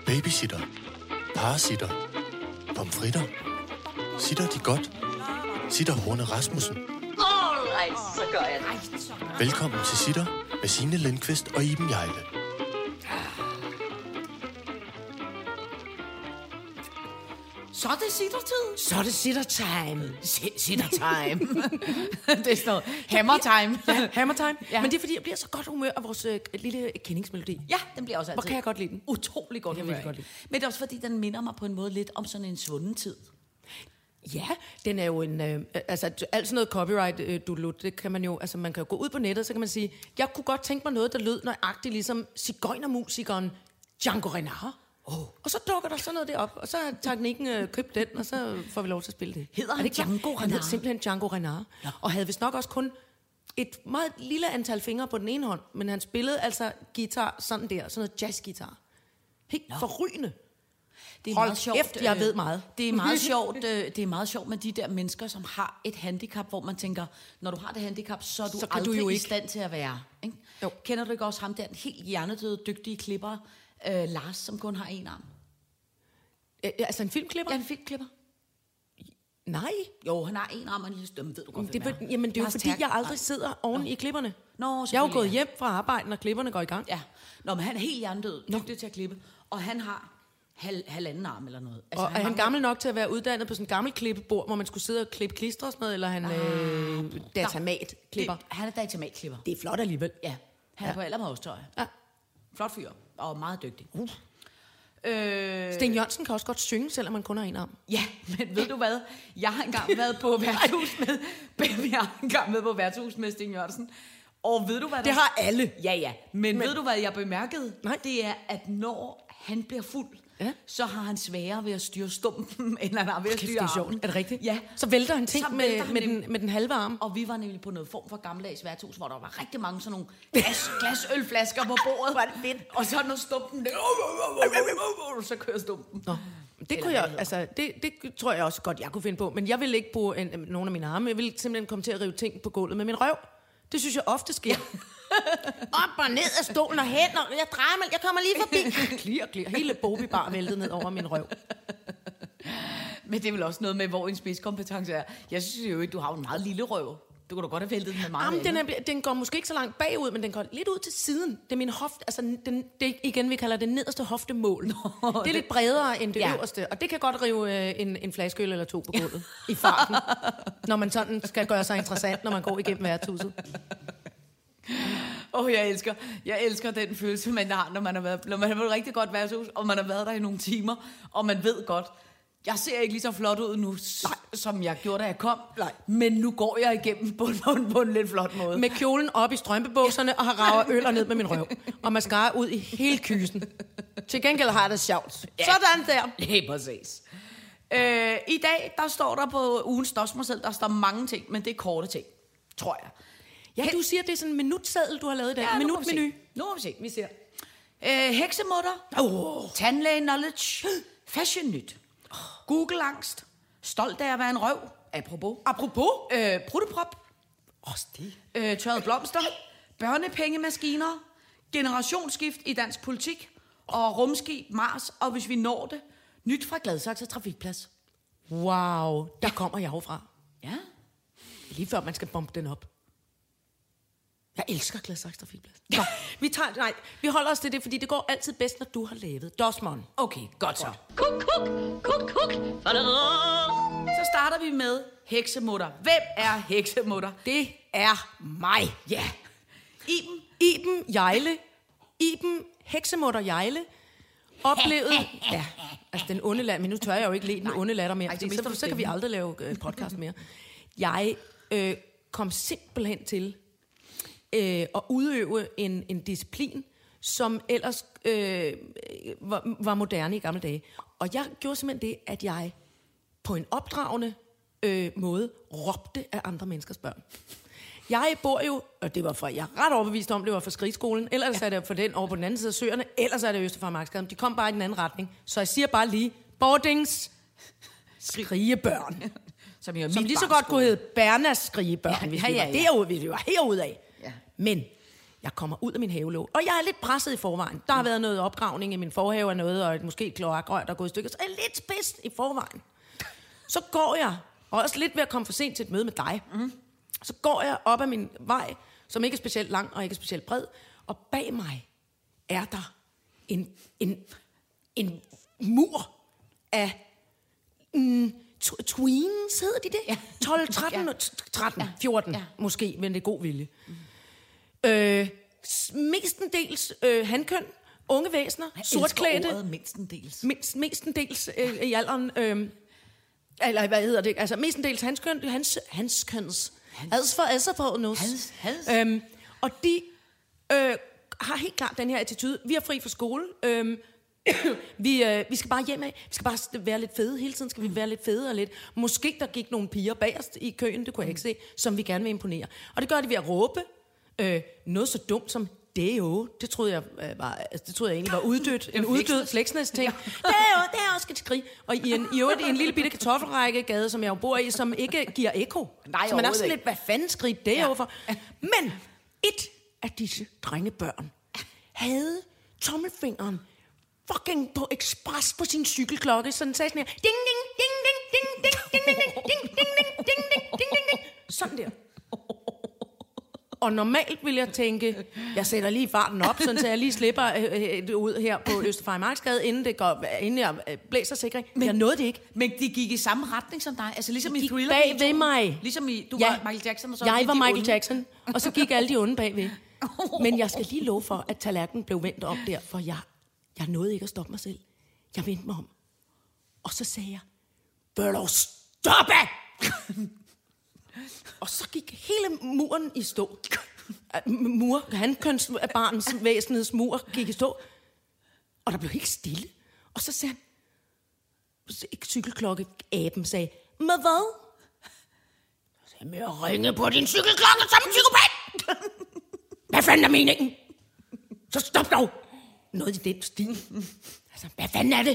Babysitter. Parasitter. Pomfritter. Sitter de godt? Sitter Horne Rasmussen. Alright, så gør jeg det. Velkommen til Sitter med Signe Lindqvist og Iben Hjejle. Så er det sitter-tid. Så er det sitter-time. Sitter-time. Det er sådan noget hammer-time. Ja, hammer-time. Ja. Men det er fordi, jeg bliver så godt humør af vores lille kendingsmelodi. Ja, den bliver også altid. Hvor kan jeg godt lide den? Utrolig godt Jeg humør. vil godt lide. Men det er også fordi, den minder mig på en måde lidt om sådan en svunden tid. Ja, den er jo en... alt sådan noget copyright, det kan man jo... Altså, man kan jo gå ud på nettet, så kan man sige, jeg kunne godt tænke mig noget, der lød nøjagtigt ligesom sigøjnermusikeren Django Reinhardt. Og så dukker der sådan noget derop, og så har teknikken købt den, og så får vi lov til at spille det. Hedder han ikke Django Han Reinhardt? hedder simpelthen Django Reinhardt. Ja. Og havde vist nok også kun et meget lille antal fingre på den ene hånd, men han spillede altså guitar sådan der, sådan noget jazzguitar. Helt forrygende. Det er Hold meget sjovt. kæft, jeg ved meget. Det er meget sjovt. Det er meget sjovt med de der mennesker, som har et handicap, hvor man tænker, når du har det handicap, så er du kan du aldrig jo i ikke. stand til at være. Ikke? Jo. Kender du ikke også ham der, en helt hjernedøde, dygtige klipper, Lars, som kun har en arm? Altså en filmklipper? Ja, en filmklipper. Nej. Jo, han har en arm og en lille stemme, ved du godt, Det, hvem er. jamen, det er jo Lars fordi, Terk. jeg aldrig sidder oven i klipperne. Nå, Jeg er jo selvfølgelig, gået ja. hjem fra arbejde, når klipperne går i gang. Ja. Nå, men han er helt hjernedød, dygtig til at klippe. Og han har halvanden arm eller noget. Altså, og er han mangler- gammel nok til at være uddannet på sådan en gammel klippebord, hvor man skulle sidde og klippe klister og sådan noget, eller er han datamat-klipper? Han er datamatklipper. Det er flot alligevel. Ja, han er på alder med os, tror jeg. Ja. Flot fyr, og meget dygtig. Sten Jørgensen kan også godt synge, selvom man kun har en arm. Ja, men ved du hvad? Jeg har engang været på værtshus med Sten Jørgensen. Og ved du hvad? Det har alle. Ja. Men ved du hvad jeg bemærkede? Nej. Det er, at når han bliver fuld, Ja. så har han sværere ved at styre stumpen, end han har ved at Kæft, styre det er sjovt. armen. Er det rigtigt? Ja. Så vælter han ting Så vælter han med den halve arm. Og vi var nemlig på noget form for gammeldags værtshus, hvor der var rigtig mange sådan nogle glasølflasker på bordet. Hvor er det fedt. Og så når stumpen, så kører stumpen. Nå, det kunne jeg, altså, det tror jeg også godt, jeg kunne finde på. Men jeg vil ikke bruge nogen af mine arme. Jeg vil simpelthen komme til at rive ting på gulvet med min røv. Det synes jeg ofte sker. Op og ned af stolen og hen, og jeg drejer mig, jeg kommer lige forbi. Klir. Hele Bobi bar væltet ned over min røv. Men det er vel også noget med, hvor en spidskompetence er. Jeg synes jo ikke, du har en meget lille røv. Du kunne da godt have væltet den med meget Jamen, den går måske ikke så langt bagud, men den går lidt ud til siden. Det er min hofte, altså det igen, vi kalder det nederste hoftemål. Det er lidt bredere end det øverste, og det kan godt rive en flaskeøl eller to på gulvet i farten, når man sådan skal gøre sig interessant, når man går igennem værtshuset. Jeg elsker den følelse, man har, når man har været på et rigtig godt værtshus, og man har været der i nogle timer, og man ved godt, jeg ser ikke lige så flot ud nu, som jeg gjorde, da jeg kom. Nej. Men nu går jeg igennem på en lidt flot måde. Med kjolen op i strømpebukserne og har rager øller ned med min røv. Og mascara ud i hele kysen. Til gengæld har jeg det sjovt. Ja. Sådan der. Lige præcis. I dag, der står der på ugens spørgsmål, der står mange ting, men det er korte ting, tror jeg. Ja, du siger, det er sådan en minutseddel, du har lavet i dag. Ja, Minutmenu. Nu må vi se. Vi ser. Heksemutter. Tandlæge knowledge. Fashion nyt. Google-angst. Stolt af at være en røv. Apropos. Prutteprop. Tørrede blomster. Børnepengemaskiner. Generationsskift i dansk politik. Og rumskib Mars. Og hvis vi når det, nyt fra Gladsaxe Trafikplads. Wow, der kommer jeg jo fra. Ja. Lige før man skal bombe den op. Jeg elsker Gladsaxe Trafikplads. Nå, vi holder os til det, fordi det går altid bedst, når du har lavet Dosmon. Okay, godt så. Kuk. Så starter vi med heksemutter. Hvem er heksemutter? Det er mig. Ja. Iben Hjejle. Iben Heksemutter Hjejle oplevede... Ja, altså den onde latter, men nu tør jeg jo ikke lide den onde latter mere, fordi så kan vi aldrig lave podcast mere. Jeg kom simpelthen til at udøve en disciplin, som ellers var moderne i gamle dage. Og jeg gjorde simpelthen det, at jeg på en opdragende måde råbte af andre menneskers børn. Jeg bor jo, og det var for, jeg er ret overbevist om, det var for Skrigskolen, ellers er det for den over på den anden side af søerne, ellers er det Østerfarmarksgaden. De kom bare i den anden retning. Så jeg siger bare lige, boardings skrigebørn. Som lige så godt kunne hedde Bernas skrigebørn, hvis vi var derude, hvis vi var herude af. Ja. Men Jeg kommer ud af min havelåg, og jeg er lidt presset i forvejen. Der har været noget opgravning i min forhave og noget, og måske kloakrør, der er gået i stykker. Så jeg er lidt spidst i forvejen. Så går jeg, og også lidt ved at komme for sent til et møde med dig. Så går jeg op ad min vej, som ikke er specielt lang og ikke er specielt bred, og bag mig er der en mur af tweens, hedder de det? Ja. 12, 13, 14 måske, men det er god vilje. Mestendels hankøn, unge væsener, sortklædte. Mestendels i alderen, eller hvad hedder det? Altså mestendels hanskøns. Og de har helt klart den her attitude. Vi er fri fra skole. Vi skal bare hjem af. Vi skal bare være lidt fede. Hele tiden skal vi være lidt fede og lidt. Måske der gik nogle piger bagerst i køen, det kunne jeg ikke se, som vi gerne vil imponere. Og det gør de ved at råbe noget så dumt som det troede jeg egentlig var uddødt. En uddød Fleksnes-ting. Det er også et skrig. Og i en lille bitte kartoffelrækkegade, som jeg jo bor i, som ikke giver ekko. Så man er sådan lidt, hvad fanden skrig det for? Men et af disse drengebørn havde tommelfingeren fucking på ekspres på sin cykelklokke, så den sagde sådan her, ding, ding, ding, ding, ding, ding, ding, ding, ding, ding, ding, ding, ding, ding, ding. Sådan der. Og normalt vil jeg tænke, jeg sætter lige farten op, så jeg lige slipper ud her på Østerfejmarksgade, inden jeg blæser sikring. Men jeg nåede det ikke. Men de gik i samme retning som dig? Altså ligesom i Thriller? Bag ved mig. Ligesom du var Michael Jackson? Og så jeg var Michael Jackson, og så gik alle de onde bagved. Men jeg skal lige love for, at tallerkenen blev vendt om der, for jeg nåede ikke at stoppe mig selv. Jeg vendte mig om. Og så sagde jeg, bør du stoppe? Og så gik hele muren i stå. Hankønsbarnets væsenets mur gik i stå. Og der blev helt stille. Og så sagde han, cykelklokke-aben sagde, med hvad? Så sagde med at ringe på din cykelklokke som en psykopat. Hvad fanden er meningen? Så stop dog. Noget i den stil. Altså, hvad fanden er det?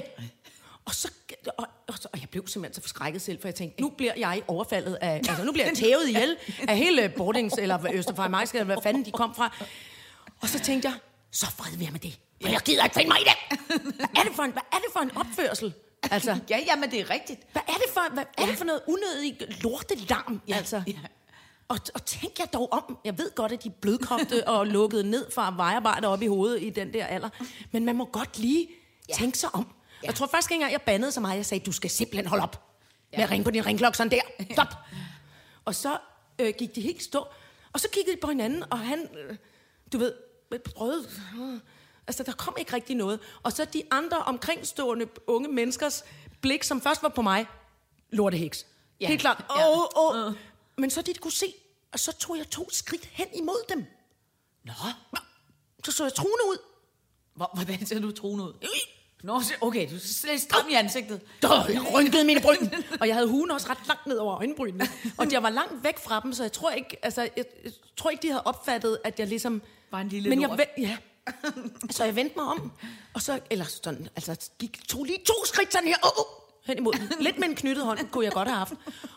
Og jeg blev simpelthen så forskrækket selv, for jeg tænkte, nu bliver jeg overfaldet af, altså nu bliver jeg tævet ihjel af hele Bordings, eller Østerfejmarksgade, eller hvad fanden de kom fra. Og så tænkte jeg, så fred ved med det. For jeg gider ikke finde mig i det. Hvad er det for en opførsel? Altså, ja, men det er rigtigt. Hvad er det for noget unødigt lortelarm? Ja, altså. Ja. Og tænk jeg dog om, jeg ved godt, at de er blødkogte og lukket ned fra vejarbejder op i hovedet i den der alder, men man må godt lige tænke sig om. Ja. Jeg tror faktisk ikke engang, jeg bandede så meget. Jeg sagde, du skal simpelthen holde op med at ringe på din ringklokke sådan der. Stop! Og så gik de helt stå. Og så kiggede de på hinanden, og han, du ved, prøvede. Altså, der kom ikke rigtig noget. Og så de andre omkringstående unge menneskers blik, som først var på mig, lorteheks. Ja. Helt klart. Men så de kunne se, og så tog jeg 2 skridt hen imod dem. Nå. Så jeg truende ud. Hvordan ser du truende ud? Nå, okay, du er lidt stram i ansigtet. Jeg rynkede mine bryn. Og jeg havde hugen også ret langt ned over øjenbrynene. Og jeg var langt væk fra dem, så jeg tror ikke, de havde opfattet, at jeg ligesom... Var en lille lort. Ja. Så jeg vendte mig om. Og så, tog lige 2 skridt sådan her. Hen imod den. Lidt med en knyttet hånd, kunne jeg godt have haft.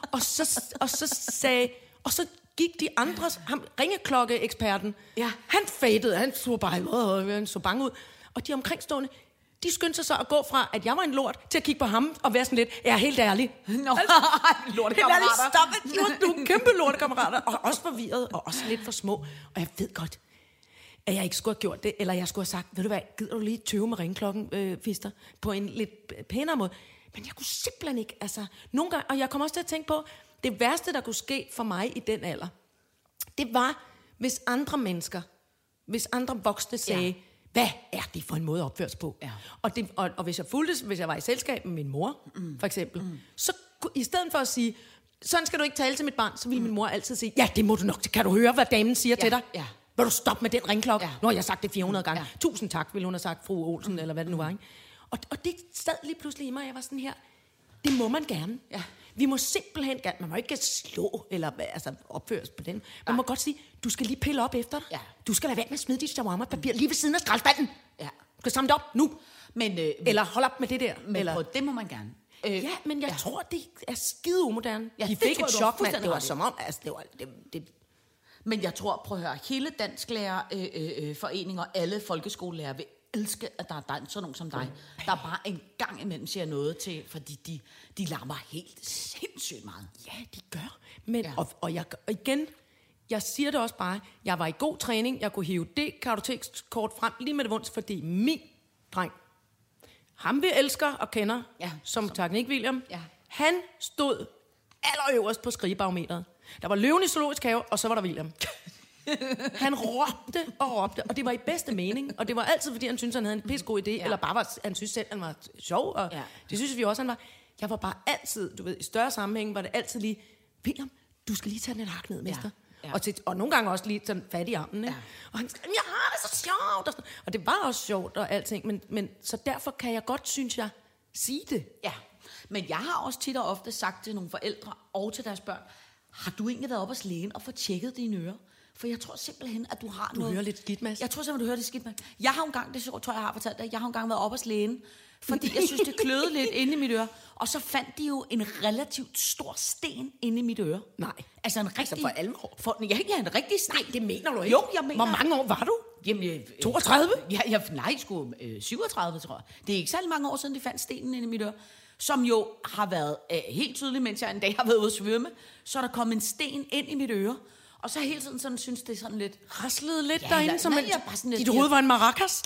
Og så gik de andres... Ringeklokke-eksperten. Ja. Han fadede. Han så bange ud. Og de omkringstående... De skyndte sig så at gå fra, at jeg var en lort, til at kigge på ham og være sådan lidt, jeg er helt ærlig. Lortekammerater. Stop it. Du er kæmpe lortekammerater. Og også forvirret, og også lidt for små. Og jeg ved godt, at jeg ikke skulle have gjort det, eller jeg skulle have sagt, ved du hvad, gider du lige tøve med ringklokken, Fister, på en lidt pænere måde. Men jeg kunne simpelthen ikke, nogle gange, og jeg kom også til at tænke på, det værste, der kunne ske for mig i den alder, det var, hvis andre voksne sagde, hvad er det for en måde at opføre sig på? Ja. Og hvis jeg var i selskab med min mor, for eksempel, så i stedet for at sige, sådan skal du ikke tale til mit barn, så ville min mor altid sige, ja, det må du nok, kan du høre, hvad damen siger til dig? Ja. Vil du stoppe med den ringklokke? Ja. Nu har jeg sagt det 400 gange. 1000 tak, ville hun have sagt, fru Olsen, eller hvad det nu var. Ikke? Og det sad lige pludselig i mig, jeg var sådan her, det må man gerne. Ja. Vi må simpelthen gerne, man må ikke slå eller opføres på den. Man må godt sige, du skal lige pille op efter dig. Ja. Du skal lade være med at smide dit shawarma-papir lige ved siden af skraldespanden. Ja. Du skal samle det op nu. Eller hold op med det der. Men det må man gerne. Ja, men jeg tror, det er skide umoderne. Ja, de fik et chok, mand. Det var som om, Men jeg tror, prøv at høre, hele Dansklærerforeningen og alle folkeskolelærer vil elske, at der er sådan nogen som dig, der bare en gang imellem siger noget til, fordi de larmer helt sindssygt meget. Ja, de gør. Men, og igen, jeg siger det også bare, jeg var i god træning, jeg kunne hive det kartotekskort frem lige med det vunds, fordi min dreng, ham vi elsker og kender, som Teknik William, han stod allerøverst på skrigebarometeret. Der var løven i zoologisk have, og så var der William. Han råbte og råbte, og det var i bedste mening, og det var altid, fordi han syntes, han havde en pissegod idé, eller bare han synes selv, han var sjov, og det synes vi også, han var. Jeg var bare altid, du ved, i større sammenhæng, var det altid lige, William, du skal lige tage den et hak ned, mester. Ja. Og nogle gange også lige sådan fat i armen, ikke? Og han skrev, jeg har det så sjovt, og det var også sjovt og alting, men så derfor kan jeg godt, synes jeg, sige det. Ja, men jeg har også tit og ofte sagt til nogle forældre og til deres børn, har du egentlig været op hos lægen og fået tjekket dine ører? For jeg tror simpelthen, at du har noget... Du hører lidt skidt, Mads. Jeg tror simpelthen, du hører lidt skidt, Mads. Jeg har jo engang, det tror jeg har fortalt dig, jeg har engang været op hos lægen, fordi jeg synes, det kløede lidt inde i mit øre. Og så fandt de jo en relativt stor sten inde i mit øre. Nej. Altså en rigtig... for alvor? Ja, en rigtig sten. Nej, det mener du ikke. Jo, jeg mener... Hvor mange år var du? Jamen, 32? Nej, sgu 37, tror jeg. Det er ikke særlig mange år siden, de fandt stenen inde i mit øre. Som jo har været helt tydeligt, mens jeg en dag har været ude at svømme. Så er der kommet en sten ind i mit øre. Og så hele tiden sådan, synes det er sådan lidt... Raslede lidt derinde, som dit hoved var en maracas.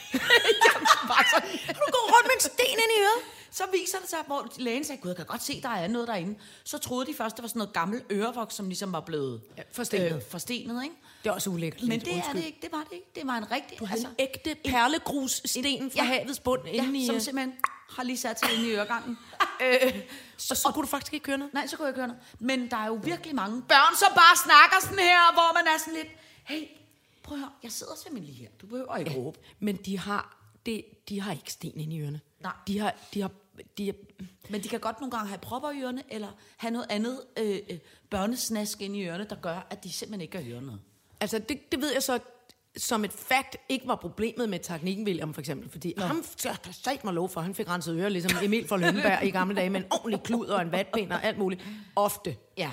Har du gået rundt med en sten ind i øret? Så viser det sig, hvor lægen sagde, gud, jeg kan godt se, der er noget derinde. Så troede de først, det var sådan noget gammelt ørevoks, som ligesom var blevet forstenet, ikke? Det er også ulækkert. Men det er det ikke, det var det ikke. Det var en rigtig... Du havde en ægte perlegrussten fra havets bund inde i... som simpelthen har lige sat sig inde i øregangen. Og så kunne du faktisk ikke køre noget? Nej, så kunne jeg ikke køre noget. Men der er jo virkelig mange børn, som bare snakker sådan her, hvor man er sådan lidt, hey, prøv at høre, jeg sidder simpelthen lige her. Du behøver ikke råbe. Men de har ikke sten inde i ørerne. Nej. De har... Men de kan godt nogle gange have propper i ørerne, eller have noget andet børnesnask inde i ørerne, der gør, at de simpelthen ikke kan høre noget. Altså, det ved jeg så, som et fact, ikke var problemet med Teknikken William, for eksempel. Fordi ham sagde mig lov for, han fik renset ører, ligesom Emil fra Lønneberg i gamle dage, med en ordentlig klud og en vatpind og alt muligt. Ofte. Ja.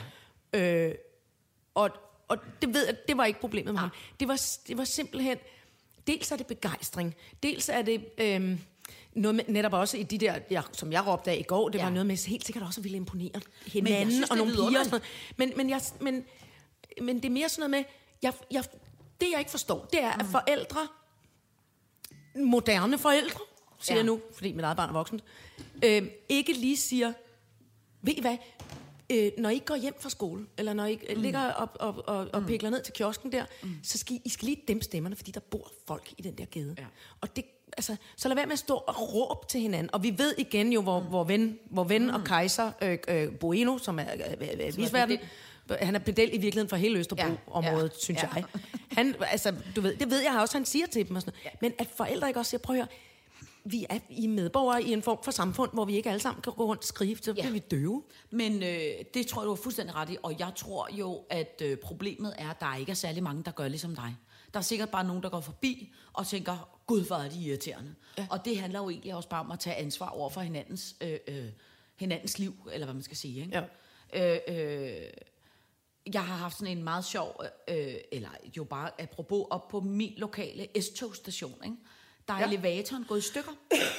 Og det ved jeg, det var ikke problemet med ham. Det var simpelthen, dels er det begejstring, dels er det... noget med, netop også i de der, som jeg råbte af i går, det var noget med helt sikkert også at ville imponere hinanden synes, og nogle piger og sådan noget. Men det er mere sådan noget med, det jeg ikke forstår, det er, at forældre, moderne forældre, siger jeg nu, fordi mit eget barn er voksent, ikke lige siger, ved I hvad, når I går hjem fra skole, eller når I ligger og pikler ned til kiosken der, så skal I lige dæmpe stemmerne, fordi der bor folk i den der gade. Ja. Og det, altså, så lad være med at stå og råbe til hinanden. Og vi ved igen jo, hvor ven og kejser Bueno, som er visverden, han er pedel i virkeligheden for hele Østerbro-området, synes jeg. Han, altså, du ved, det ved jeg også, han siger til dem og sådan noget. Men at forældre ikke også siger, prøv at høre, vi er i medborgere i en form for samfund, hvor vi ikke alle sammen kan gå rundt og skrive, så bliver vi døve. Men det tror jeg, du er fuldstændig ret i, og jeg tror jo, at problemet er, at der ikke er særlig mange, der gør ligesom dig. Der er sikkert bare nogen, der går forbi og tænker, gud, hvor er de irriterende. Ja. Og det handler jo egentlig også bare om at tage ansvar over for hinandens liv, eller hvad man skal sige. Ikke? Ja. Jeg har haft sådan en meget sjov, eller jo bare apropos op på min lokale S-togstation, ikke? Der er elevatoren gået i stykker.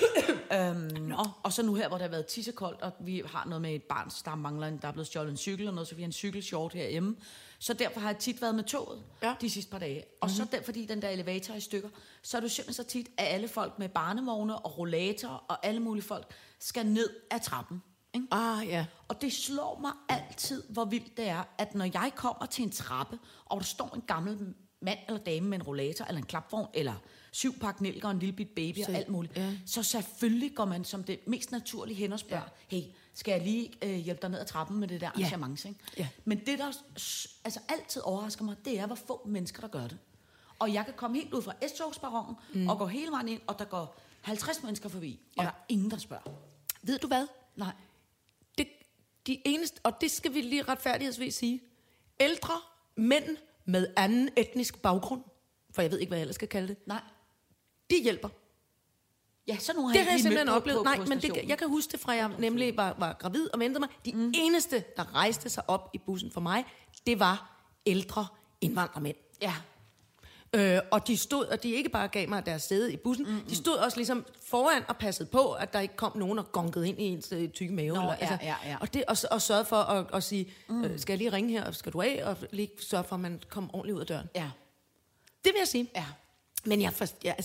Og så nu her, hvor der har været tissekoldt, og vi har noget med et barn, der er blevet stjålet en cykel og noget, så vi har en cykelshort herhjemme. Så derfor har jeg tit været med toget de sidste par dage. Og så fordi den der elevator er i stykker, så er det simpelthen så tit, at alle folk med barnevogne og rollator og alle mulige folk skal ned ad trappen. Ikke? Og det slår mig altid, hvor vildt det er, at når jeg kommer til en trappe, og der står en gammel mand eller dame med en rollator, eller en klapvogn, eller 7-pak nælker og en lille bit baby og alt muligt, så selvfølgelig går man som det mest naturlige hen og spørger, hey, skal jeg lige hjælpe dig ned ad trappen med det der arrangement? Ikke? Ja. Men det, der altså altid overrasker mig, det er, hvor få mennesker, der gør det. Og jeg kan komme helt ud fra S-togsperronen og gå hele vejen ind, og der går 50 mennesker forbi, og der er ingen, der spørger. Ved du hvad? Nej. De eneste, og det skal vi lige retfærdighedsvis sige, ældre mænd med anden etnisk baggrund, for jeg ved ikke, hvad jeg ellers skal kalde det. Nej. De hjælper. Ja, så nu har det har jeg simpelthen på, oplevet. På nej, men jeg kan huske det fra, jeg nemlig var gravid og ventede mig. De eneste, der rejste sig op i bussen for mig, det var ældre indvandrermænd. Ja. Og de stod, og de ikke bare gav mig deres sæde i bussen, de stod også ligesom foran og passede på, at der ikke kom nogen og gonkede ind i ens tykke mave. Nå, eller, ja. Og, det, og sørgede for at sige, skal jeg lige ringe her, og skal du af, og lige sørge for, at man kommer ordentligt ud af døren. Ja. Det vil jeg sige. Ja. Men jeg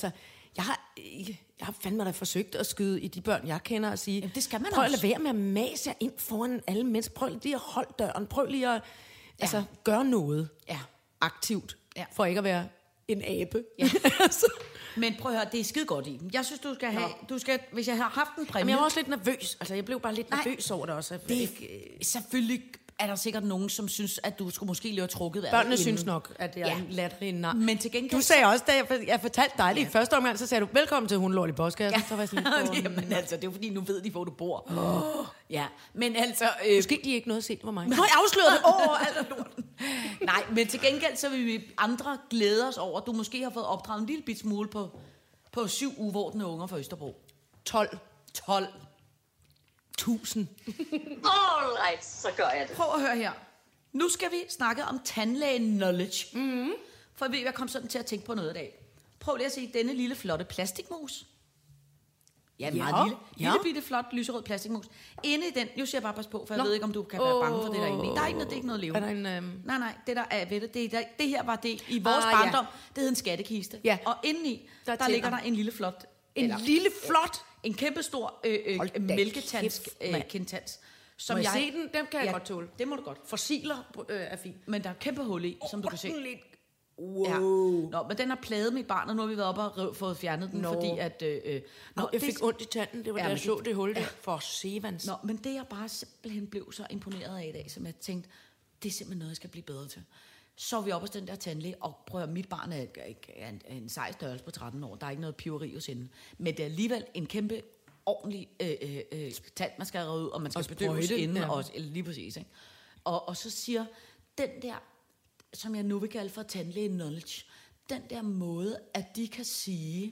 har fandme da forsøgt at skyde i de børn, jeg kender, og sige, jamen, det skal man prøv at også. lade være med at mase jer ind foran alle mennesker. Prøv lige at holde døren. Prøv lige at gøre noget aktivt, for ikke at være en abe. Ja. Men prøv at høre, det er skide godt i. Jeg synes, du skal hvis jeg har haft en præmie... Men jeg var også lidt nervøs. Altså, jeg blev bare lidt nervøs over det også. Selvfølgelig er der sikkert nogen, som synes, at du skulle måske lige have trukket vejret. Børnene synes nok, at jeg er en latterlig nar. Men til gengæld... Du sagde også, da jeg fortalte dig det i første omgang, så sagde du, velkommen til Hundelort i Boskab. Så var jeg sådan lidt, jamen altså, det er jo fordi, nu ved de, hvor du bor. Ja, men altså... Måske de ikke noget set på mig. Men nu har jeg afsløret det. Alt er lort. Nej, men til gengæld, så vil vi andre glæde os over, at du måske har fået opdraget en lille bit smule på 7 uvordne unger fra Østerbro. 12. 12. 1000. Alright, så gør jeg det. Prøv at høre her. Nu skal vi snakke om tandlæge-knowledge. Mm-hmm. For jeg ved, jeg kom sådan til at tænke på noget i dag. Prøv lige at se denne lille, flotte plastikmus. Ja, meget lille bitte, flot, lyserød plastikmus. Inde i den, nu siger jeg bare pas på, for jeg ved ikke, om du kan være bange for det derinde. Der er ikke noget, det er ikke noget levende. Er der en, Nej, det der er ved det. Det her var det i vores barndom. Det hed en skattekiste. Ja. Og indeni, der ligger der en lille flot... En kæmpe stor mælketandskindtans. Må jeg se den? Dem kan jeg godt tåle. Det må du godt. Fossiler er fint. Men der er kæmpe hul i, som du kan se. Wow. Ja. Nå, men den har plaget mit barn, og nu har vi været oppe og fået fjernet den, fordi at... jeg fik ondt i tanden, det var da jeg så det hul der for sevans. Nå, men det jeg bare simpelthen blev så imponeret af i dag, som jeg tænkte, det er simpelthen noget, jeg skal blive bedre til. Så er vi oppe hos den der tandlæge, og prøv at mit barn er en sej størrelse på 13 år, der er ikke noget piveri hos hende. Men det er alligevel en kæmpe ordentlig tand, man skal redde ud, og man skal bedøves inden, også, eller lige præcis. Ikke? Og så siger den der, som jeg nu vil kalde for tandlæge-knowledge, den der måde, at de kan sige,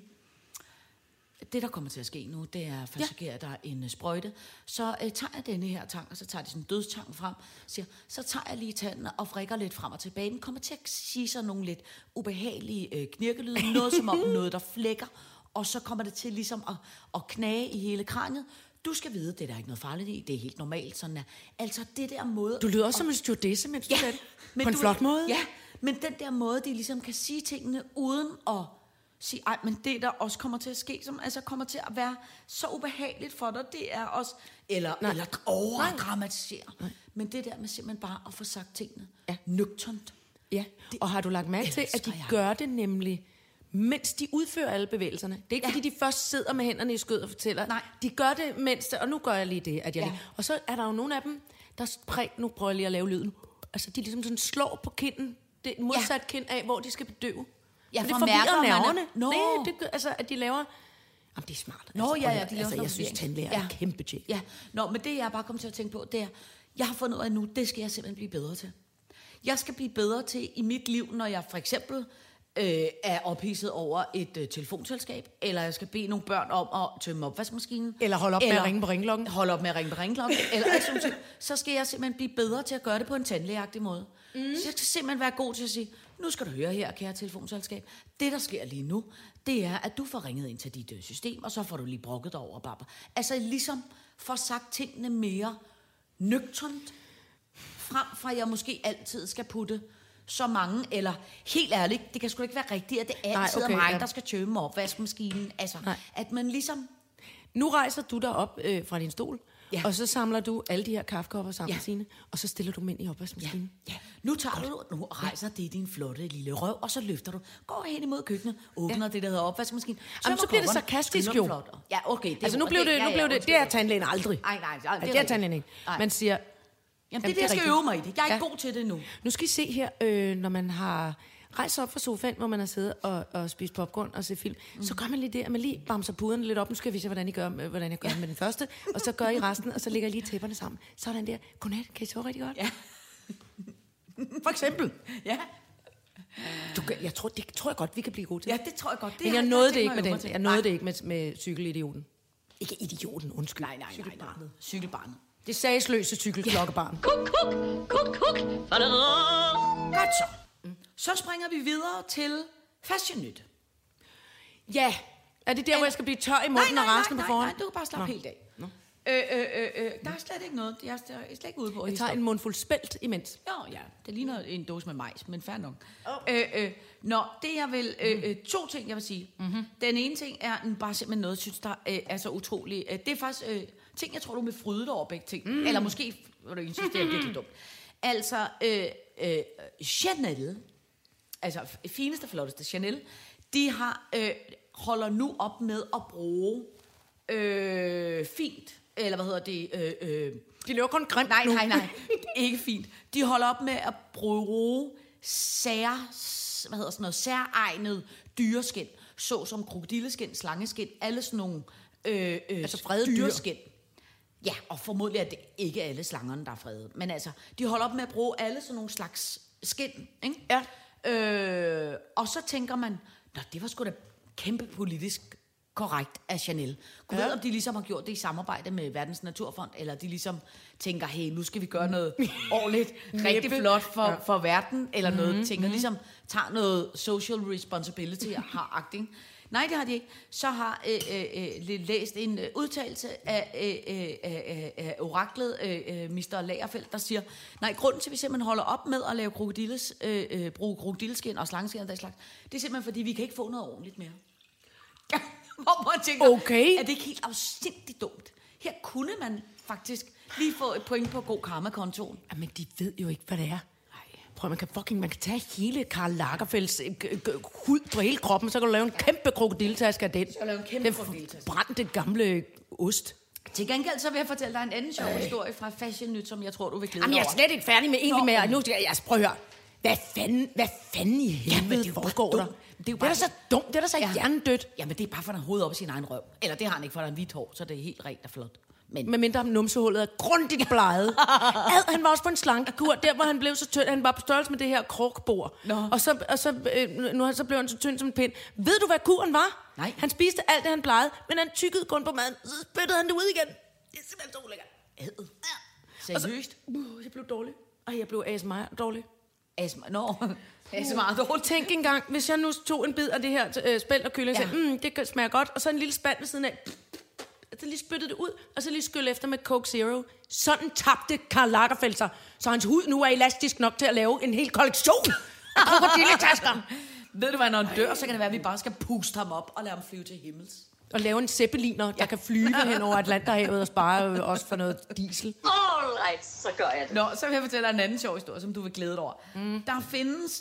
det der kommer til at ske nu, det er, først så giver der en sprøjte, så tager jeg denne her tang, og så tager de sådan en dødstang frem, siger, så tager jeg lige tanden og vrikker lidt frem og tilbage. Den kommer til at sige sådan nogle lidt ubehagelige knirkelyde, noget som om noget, der flækker, og så kommer det til ligesom at knage i hele kraniet. Du skal vide, det er der ikke noget farligt i, det er helt normalt, sådan er. Altså det der måde... Du lyder også som en stewardesse, mens du sagde det. På en flot måde. Ja, men den der måde, de ligesom kan sige tingene uden at sige, ej, men det der også kommer til at ske, som altså kommer til at være så ubehageligt for dig, det er også... Eller overdramatisere. Men det der med simpelthen bare at få sagt tingene nøgternt. Ja, og har du lagt mærke til, at de gør det nemlig... mens de udfører alle bevægelserne. Det er ikke, fordi de først sidder med hænderne i skød og fortæller. Nej. De gør det, mens... Og nu gør jeg lige det, at jeg lige... Og så er der jo nogle af dem, der nu prøver jeg lige at lave lyden. Altså, de ligesom sådan slår på kinden. Det modsat kind af, hvor de skal bedøve. Ja, for det forvirrer nerverne. Nej, det gør, altså, at de laver... Jamen, det er smart. De laver altså, jeg synes, tandlæger er kæmpe tjek. Ja, men det, jeg bare kommer til at tænke på, det er, jeg har fundet ud af nu, det skal jeg simpelthen blive bedre til. Jeg skal blive bedre til i mit liv, når jeg for eksempel... er ophidset over et telefonselskab, eller jeg skal bede nogle børn om at tømme opvaskemaskinen. Eller holde op med at ringe på ringklokken. Eller så skal jeg simpelthen blive bedre til at gøre det på en tandlægeagtig måde. Så jeg skal simpelthen være god til at sige, nu skal du høre her, kære telefonselskab. Det, der sker lige nu, det er, at du får ringet ind til dit system, og så får du lige brokket dig over, Barbara. Altså ligesom får sagt tingene mere nøgternt, frem for at jeg måske altid skal putte så mange, eller helt ærligt, det kan sgu ikke være rigtigt, at det altid er mig, der skal tømme opvaskemaskinen. Altså, at man ligesom... Nu rejser du dig op fra din stol, og så samler du alle de her kaffekopper sammen, Signe, og så stiller du dem ind i opvaskemaskinen. Ja. Nu rejser det din flotte lille røv, og så løfter du, går hen imod køkkenet, åbner det, der hedder opvaskemaskinen. Jamen, så bliver det sarkastisk jo. Ja, okay. Altså, nu blev det, det er tandlægen aldrig. Nej, det er tandlægen ikke. Man siger... Jamen, det er det, jeg skal øve mig i det. Jeg er ikke god til det nu. Nu skal I se her, når man har rejst op fra sofaen, hvor man har siddet og spist popcorn og set film, så gør man lige det, at man lige bamser puderne lidt op. Nu skal vi se, hvordan jeg gør med den første, og så gør I resten, og så lægger I lige tæpperne sammen. Sådan der. Godnat, kan I sove rigtig godt? Ja. For eksempel. Ja. Det tror jeg godt, vi kan blive gode til. Ja, det tror jeg godt. Men jeg nåede det ikke med den. Jeg nåede det ikke med cykelidioten. Ikke idioten, undskyld. Nej. Cykelbarnet. Det sagsløse cykelklokkebarn. Kuk. Godt så. Så springer vi videre til Fashion Nyt. Ja, er det der, hvor jeg skal blive tør i munden og rasende på forhånd? Nej, du kan bare slappe helt af. Der er slet ikke noget. Jeg er slet ikke ude på. Jeg tager en mundfuld spelt imens. Ja, det ligner en dåse med majs, men fair nok. Det jeg vil... to ting, jeg vil sige. Mm-hmm. Den ene ting er bare simpelthen noget, jeg synes, der er så utroligt. Det er faktisk ting, jeg tror, du vil fryde dig over begge ting. Eller måske, hvor du ikke synes, det er virkelig dumt. Altså, Chanel, altså fineste, flotteste Chanel, de holder nu op med at bruge fint, eller hvad hedder det? De laver kun grimt nu. Nej, ikke fint. De holder op med at bruge særegnet dyreskin, såsom krokodilleskin, slangeskin, alle sådan nogle altså frede dyreskin. Ja, og formodentlig er det ikke alle slangerne, der er frede. Men altså, de holder op med at bruge alle sådan nogle slags skin, ikke? Ja. Og så tænker man, det var sgu da kæmpe politisk korrekt af Chanel. Gud ved, om de ligesom har gjort det i samarbejde med Verdens Naturfond, eller de ligesom tænker, hey, nu skal vi gøre noget ordentligt, rigtig flot for verden, eller noget, tænker ligesom, tager noget social responsibility og har agting. Nej, det har de ikke. Så har læst en udtalelse af oraklet, Mr. Lagerfeldt, der siger, nej, grunden til, at vi simpelthen holder op med at lave bruge krokodilleskin og slangeskin og den slags, det er simpelthen, fordi vi kan ikke få noget ordentligt mere. Hvor man tænker, er det ikke helt afsindigt dumt? Her kunne man faktisk lige få et point på god karma-kontoen. Men de ved jo ikke, hvad det er. Prøv, man kan tage hele Karl Lagerfelds hud på hele kroppen, så kan du lave en kæmpe krokodilletaske af den. Så lave en kæmpe krokodilletaske. Brændte gamle ost. Til gengæld så vil jeg fortælle dig en anden sjov historie fra Fashion Nyt, som jeg tror, du vil glæde dig over. Jeg er slet ikke færdig med nu skal jeg prøve at høre. Hvad fanden i helvede foregår der? Det er da så dumt, det er da så hjernedødt. Jamen, det er bare for, at han har hovedet op i sin egen røv. Eller det har han ikke, for han har hvidt hår, så det er helt rent og flot. Med mindre numsehullet er grundigt bleget. Han var også på en slankekur, der hvor han blev så tynd. Han var på størrelse med det her krukbord. Og så blev han så tynd som en pind. Ved du, hvad kuren var? Nej. Han spiste alt det, han plejede, men han tykkede kun på maden. Så spyttede han det ud igen. Det er simpelthen så ulækkert. Seriøst? Jeg blev dårlig. Jeg blev ASMR dårlig. ASMR dårlig. Tænk engang, hvis jeg nu tog en bid af det her spelt og kylling, og sagde, det smager godt, og så en lille spand ved siden af, så lige spyttede det ud, og så lige skylle efter med Coke Zero. Sådan tabte Karl Lagerfeldt sig, så hans hud nu er elastisk nok til at lave en hel kollektion af krokodilletasker. Ved du hvad, når han dør, så kan det være, at vi bare skal puste ham op og lade ham flyve til himmels. Og lave en zeppeliner, der kan flyve hen over Atlanterhavet og spare også for noget diesel. Alright, så gør jeg det. Så vil jeg fortælle dig en anden sjov historie, som du vil glæde dig over. Der findes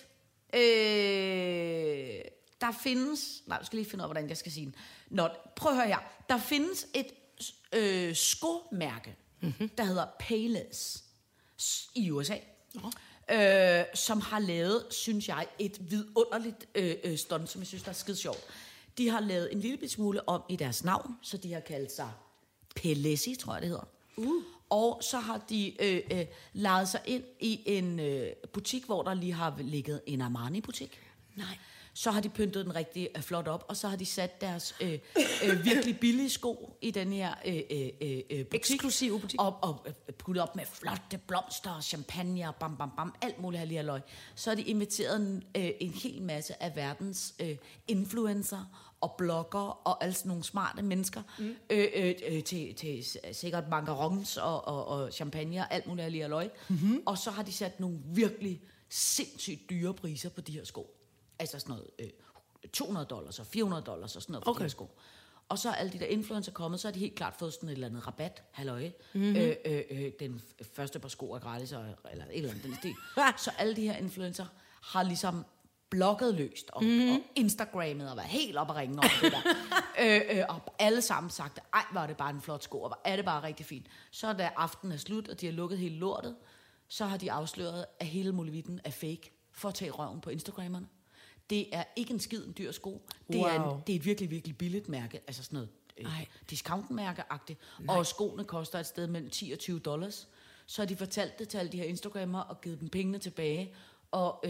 nej, jeg skal lige finde ud af, hvordan jeg skal sige den. Prøv at høre her. Der findes et skomærke, der hedder Payless i USA, som har lavet, synes jeg, et vidunderligt stunt, som jeg synes, der er skide sjovt. De har lavet en lille smule om i deres navn, så de har kaldt sig Pelesi, tror jeg det hedder. Og så har de lejet sig ind i en butik, hvor der lige har ligget en Armani-butik. Nej. Så har de pyntet den rigtig flot op, og så har de sat deres virkelig billige sko i den her butik. Eksklusive butik. Og puttet op med flotte blomster, champagne og bam, bam, bam, alt muligt halvøj. Så har de inviteret en hel masse af verdens influencer og blogger og alle sådan nogle smarte mennesker til sikkert macarons og champagne og alt muligt halvøj. Og så har de sat nogle virkelig sindssygt dyre priser på de her sko. Altså sådan noget $200 og $400 og sådan noget for de her sko. Og så er alle de der influencer kommet, så har de helt klart fået sådan et eller andet rabat, halløj. Den første par sko er gratis, eller et eller andet den stil. Så alle de her influencer har ligesom blogget løst, og Instagrammet, og været helt op at ringe over det der. Og alle sammen sagt, ej, var det bare en flot sko, og hvor er det bare rigtig fint. Så da aftenen er slut, og de har lukket hele lortet, så har de afsløret, at hele muligheden er fake, for at tage røven på Instagrammerne. Det er ikke en skid en dyr sko. Det er et virkelig, virkelig billigt mærke. Altså sådan noget discountmærke-agtigt. Og skoene koster et sted mellem $10 og $20. Så har de fortalt det til alle de her Instagrammer og givet dem pengene tilbage. Og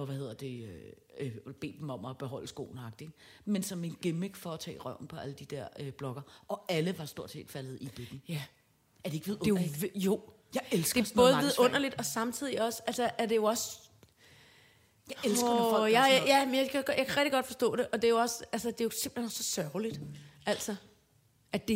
bedt dem om at beholde skoene-agtigt. Men som en gimmick for at tage røven på alle de der blogger. Og alle var stort set faldet i bøtten. Ja. Er det ikke vidunderligt? Jo. Jeg elsker det er både vidunderligt, og samtidig også, altså er det jo også... Jeg elsker, når folk gør sådan noget. Men jeg kan rigtig godt forstå det, og det er jo også, altså, det er jo simpelthen så sørgeligt, altså, at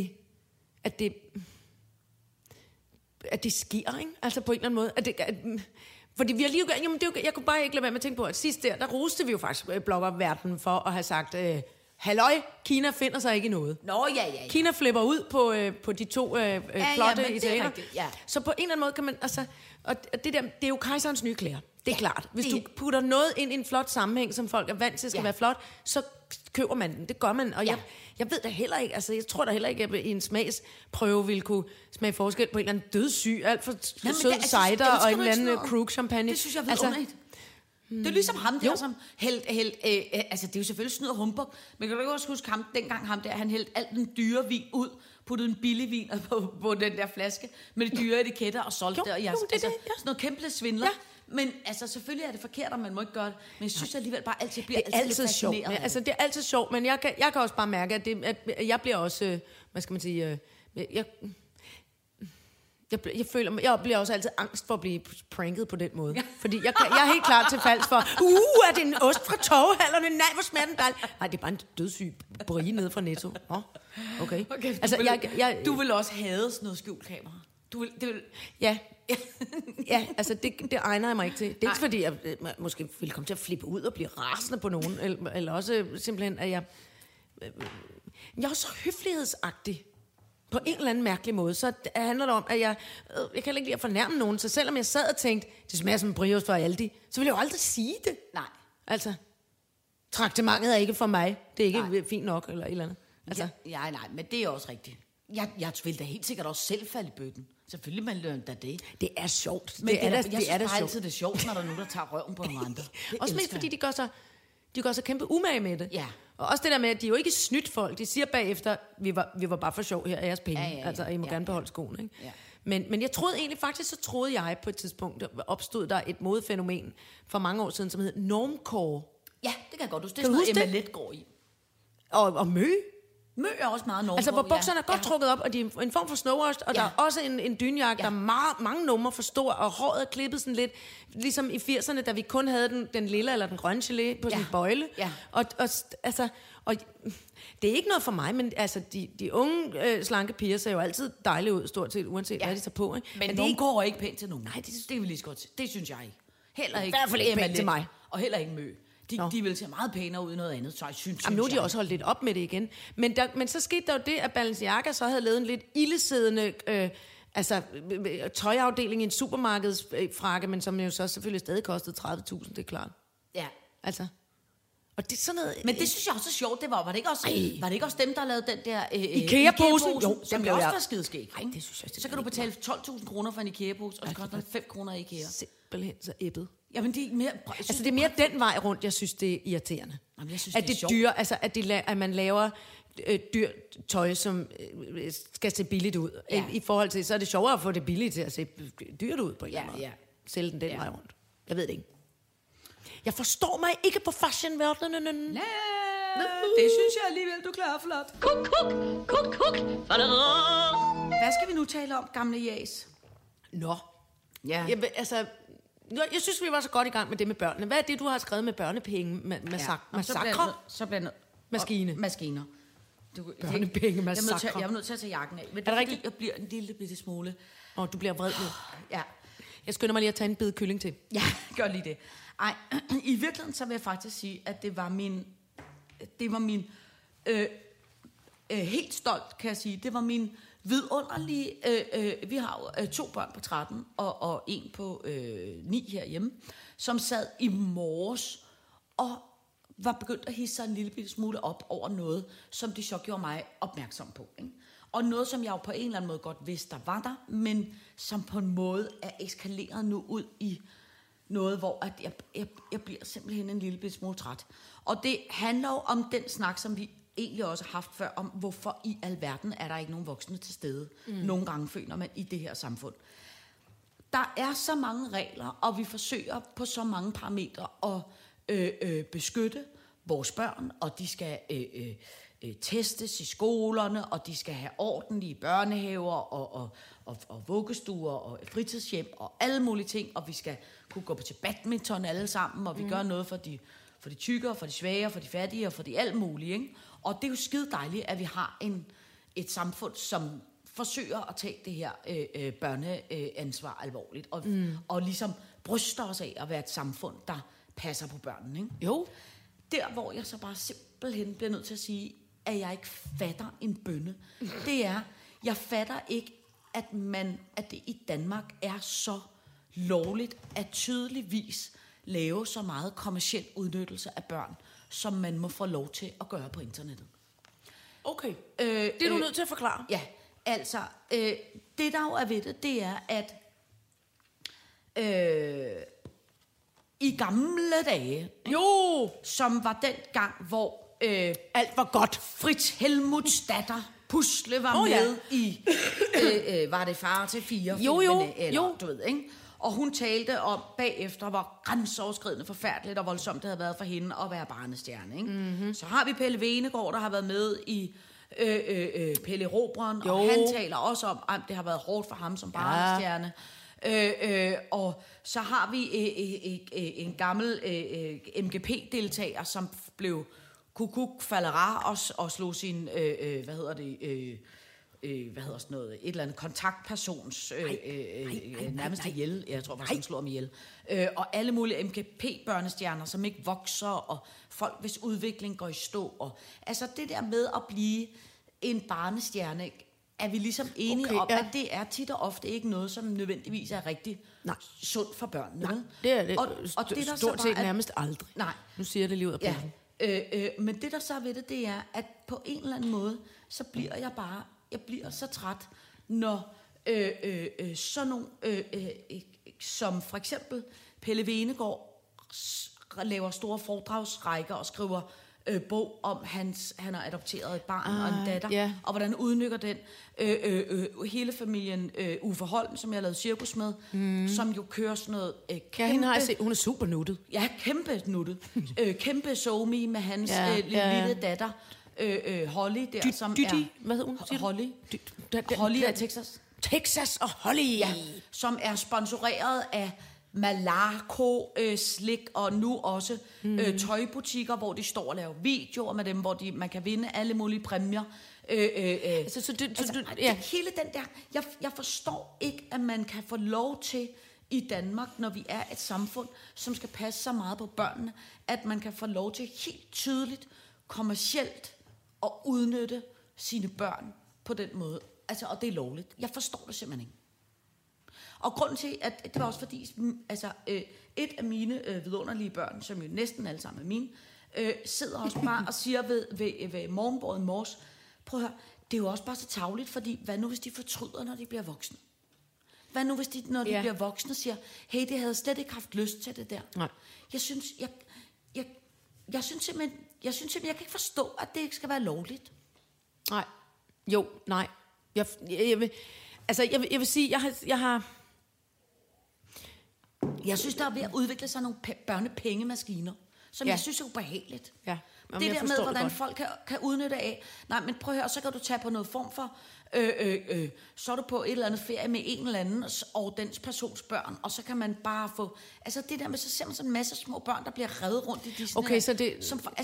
det sker, ikke? Altså på en eller anden måde, fordi vi har lige jeg kunne bare ikke lade være med at tænke på, at sidst der roste vi jo faktisk bloggerverdenen for at have sagt, halløj, Kina finder sig ikke i noget. Nå, ja. Kina flipper ud på de to flotte italienere. Ja. Så på en eller anden måde kan man, altså, og det er jo kejserens nye klæder. Det er klart. Hvis du putter noget ind i en flot sammenhæng, som folk er vant til skal være flot, så køber man den. Det gør man. Og jeg ved da heller ikke, altså jeg tror da heller ikke, at en smagsprøve ville kunne smage forskel på en eller anden dødssyg, alt for sød cider og en eller anden krug champagne. Det synes jeg er vidunderligt. Det er ligesom ham der, som altså det er jo selvfølgelig snyd og humbug, men kan du ikke også huske ham, dengang ham der, han hældte alt den dyre vin ud, puttede en billig vin på den der flaske, med de dyre etiketter og solgte det, og sådan noget kæmpe svindler. Ja. Men altså, selvfølgelig er det forkert, og man må ikke gøre det. Men jeg synes alligevel bare altid, bliver altid sjovt. Ja, altså, det er altid sjovt, men jeg kan også bare mærke, at jeg bliver også, hvad skal man sige, jeg føler, jeg bliver også altid angst for at blive pranket på den måde. Ja. Fordi jeg er helt klar til falsk for, er det en ost fra Torvehallerne? Nej, hvor smager den dejligt. Nej, det er bare en dødssyg brie nede fra Netto. Okay. Altså, du vil også hade sådan noget skjult kamera. Ja. Ja, altså det egner jeg mig ikke til. Dels fordi jeg måske ville komme til at flippe ud og blive rasende på nogen, eller også simpelthen, at jeg er også så høflighedsagtig på en eller anden mærkelig måde. Så handler det om, at jeg kan ikke lide at fornærme nogen. Så selvom jeg sad og tænkte, det smager som en brioche fra Aldi, så ville jeg jo aldrig sige det. Nej. Altså, traktementet er ikke for mig. Det er ikke fint nok, eller et eller andet. Altså. Ja, nej, men det er også rigtigt. Jeg vil da helt sikkert også selv falde i bøtten. Selvfølgelig man løn da det. Det er sjovt. Men jeg synes altid, det er sjovt, når der er nogen, der tager røven på nogle andre. Også mest fordi de gør så kæmpe umage med det. Ja. Og også det der med, at de er jo ikke snydt folk. De siger bagefter, vi var bare for sjov her af jeres penge. Ja. Altså, I må gerne beholde skoene. Ikke? Ja. Men jeg troede egentlig, faktisk troede jeg på et tidspunkt, opstod der et modefænomen for mange år siden, som hed normcore. Ja, det kan jeg godt huske. Det er sådan noget, Emma Let går i. Og Mø. Mø er også meget normcore. Altså, hvor bukserne er godt trukket op, og de er en form for snowwash, og der er også en dynjakke, der er mange numre for stor, og håret er klippet sådan lidt, ligesom i 80'erne, da vi kun havde den lille eller den grønne gelé på sådan en bøjle. Ja. Og det er ikke noget for mig, men altså, de unge slanke piger ser jo altid dejlige ud, stort set, uanset hvad de tager på. Ikke? Men nogen går ikke pænt til nogen. Nej, det vil lige så godt. Det synes jeg ikke. Heller ikke. I hvert fald ikke pænt til mig. Og heller ikke Mø. De vil se meget pænere ud i noget andet, så jeg synes. Jamen, nu er de også holdt lidt op med det igen. Men så skete der jo det, at Balenciaga så havde lavet en lidt ildesiddende tøjafdeling i en supermarkedsfrakke, men som jo så selvfølgelig stadig kostede 30.000, det er klart. Ja. Altså. Og det er sådan noget. Men det synes jeg også er sjovt. Var det ikke også dem, der lavede den der IKEA-posen? Jo, som jo også var skideskæg. Nej, det synes jeg. Så kan du betale 12.000 kroner for en IKEA-pose, og så koster det 5 kroner i IKEA. Simpelthen så æbbet. Jamen, det er mere... Altså, det er mere den vej rundt, jeg synes, det er irriterende. Jamen, jeg synes, at det er dyre, altså, at man laver dyrt tøj, som skal se billigt ud. Ja. I forhold til, så er det sjovere at få det billigt til at se dyrt ud på en eller anden måde. Sælge den vej rundt. Jeg ved det ikke. Jeg forstår mig ikke på fashion-verdenen. Nej, det synes jeg alligevel, du klarer flot. Kuk. Hvad skal vi nu tale om, gamle Jas? Nå. Ja. Jeg synes, vi var så godt i gang med det med børnene. Hvad er det, du har skrevet med børnepenge? Massakre? Så bliver Maskiner. Børnepenge, massakre. Jeg er nødt til at tage jakken af. Men det er rigtigt? Jeg bliver en lille bitte smule. Du bliver vred nu. Ja. Jeg skynder mig lige at tage en bid kylling til. Ja, gør lige det. Ej, i virkeligheden så vil jeg faktisk sige, at det var min helt stolt, kan jeg sige, det var min vidunderlige, vi har jo 2 børn på 13 og 1 på 9 herhjemme, som sad i morges og var begyndt at hisse sig en lille bitte smule op over noget, som de så gjorde mig opmærksom på. Ikke? Og noget, som jeg jo på en eller anden måde godt vidste, der var der, men som på en måde er eskaleret nu ud i noget, hvor at jeg bliver simpelthen en lille bitte smule træt. Og det handler jo om den snak, som vi egentlig også har haft før, om hvorfor i alverden er der ikke nogen voksne til stede. Nogle gange føler man i det her samfund. Der er så mange regler, og vi forsøger på så mange parametre at beskytte vores børn, og de skal testes i skolerne, og de skal have ordentlige børnehaver og vuggestuer og fritidshjem og alle mulige ting, og vi skal kunne gå til badminton alle sammen, og vi gør noget for de tykkere, for de svage, for de fattige og for de alt mulige. Ikke? Og det er jo skide dejligt, at vi har et samfund, som forsøger at tage det her børneansvar alvorligt, og ligesom bryster os af at være et samfund, der passer på børnene. Ikke? Jo. Der, hvor jeg så bare simpelthen bliver nødt til at sige, at jeg ikke fatter en bønne, det er, jeg fatter ikke, at det i Danmark er så lovligt at tydeligvis lave så meget kommerciel udnyttelse af børn, som man må få lov til at gøre på internettet. Okay, det er du nødt til at forklare. Ja, altså, det der jo er ved det er, at i gamle dage, jo, som var den gang, hvor alt var godt. Fritz Helmuts datter Pusle var med i, var det far til 4? Jo. Du ved, ikke? Og hun talte om bagefter, hvor grænseoverskridende forfærdeligt og voldsomt det havde været for hende at være barnestjerne. Ikke? Mm-hmm. Så har vi Pelle Venegård, der har været med i Pelle Robren, og han taler også om, at det har været hårdt for ham som barnestjerne. Og så har vi en gammel MGP-deltager, som blev kukuk falera og slog sin, et eller andet kontaktpersons nærmest ihjel. Jeg tror faktisk, han slår ham ihjel. Og alle mulige MGP-børnestjerner, som ikke vokser, og folk, hvis udvikling går i stå. Og, altså det der med at blive en barnestjerne, er vi ligesom enige om, at det er tit og ofte ikke noget, som nødvendigvis er rigtig sundt for børnene. Nej, det er det. Og det der stort set nærmest aldrig. Nej. Nu siger jeg det lige ud af posen. Men det der så er ved det er, at på en eller anden måde, så bliver jeg bliver så træt, når sådan nogle, som for eksempel Pelle Venegård laver store foredragsrækker og skriver bog om, han har adopteret et barn og en datter, og hvordan udnytter den hele familien Uffe Holm, som jeg har lavet cirkus med, som jo kører sådan noget kæmpe... Hun er super nuttet. Ja, kæmpe nuttet. Kæmpe somi med hans lille datter, Holly der, som er... Hvad hedder hun? Holly. Holly af Texas. Texas og Holly. Ja, som er sponsoreret af Malaco slik og nu også tøjbutikker, hvor de står og laver videoer med dem, hvor man kan vinde alle mulige præmier. Hele den der... Jeg forstår ikke, at man kan få lov til i Danmark, når vi er et samfund, som skal passe så meget på børnene, at man kan få lov til helt tydeligt, kommercielt at udnytte sine børn på den måde. Altså, og det er lovligt. Jeg forstår det simpelthen ikke. Og grunden til, at det var også fordi, et af mine vidunderlige børn, som jo næsten alle sammen er mine, sidder også bare og siger ved morgenbordet i morges, prøv at høre, det er jo også bare så tarveligt, fordi hvad nu hvis de fortryder, når de bliver voksne? Hvad nu hvis de, når de bliver voksne, siger, hey, det havde slet ikke haft lyst til det der. Nej. Jeg synes simpelthen, jeg kan ikke forstå, at det ikke skal være lovligt. Nej. Jo, nej. Jeg vil sige, jeg synes, der er ved at udvikle sig nogle børnepengemaskiner, som jeg synes er ubehageligt. Ja. Jamen, det der med, hvordan folk kan udnytte af. Nej, men prøv at høre, så kan du tage på noget form for... så er du på et eller andet ferie med en eller anden og dens persons børn, og så kan man bare få... Altså det der med, så ser man sådan en masse små børn, der bliver revet rundt i Disney. Okay, så det...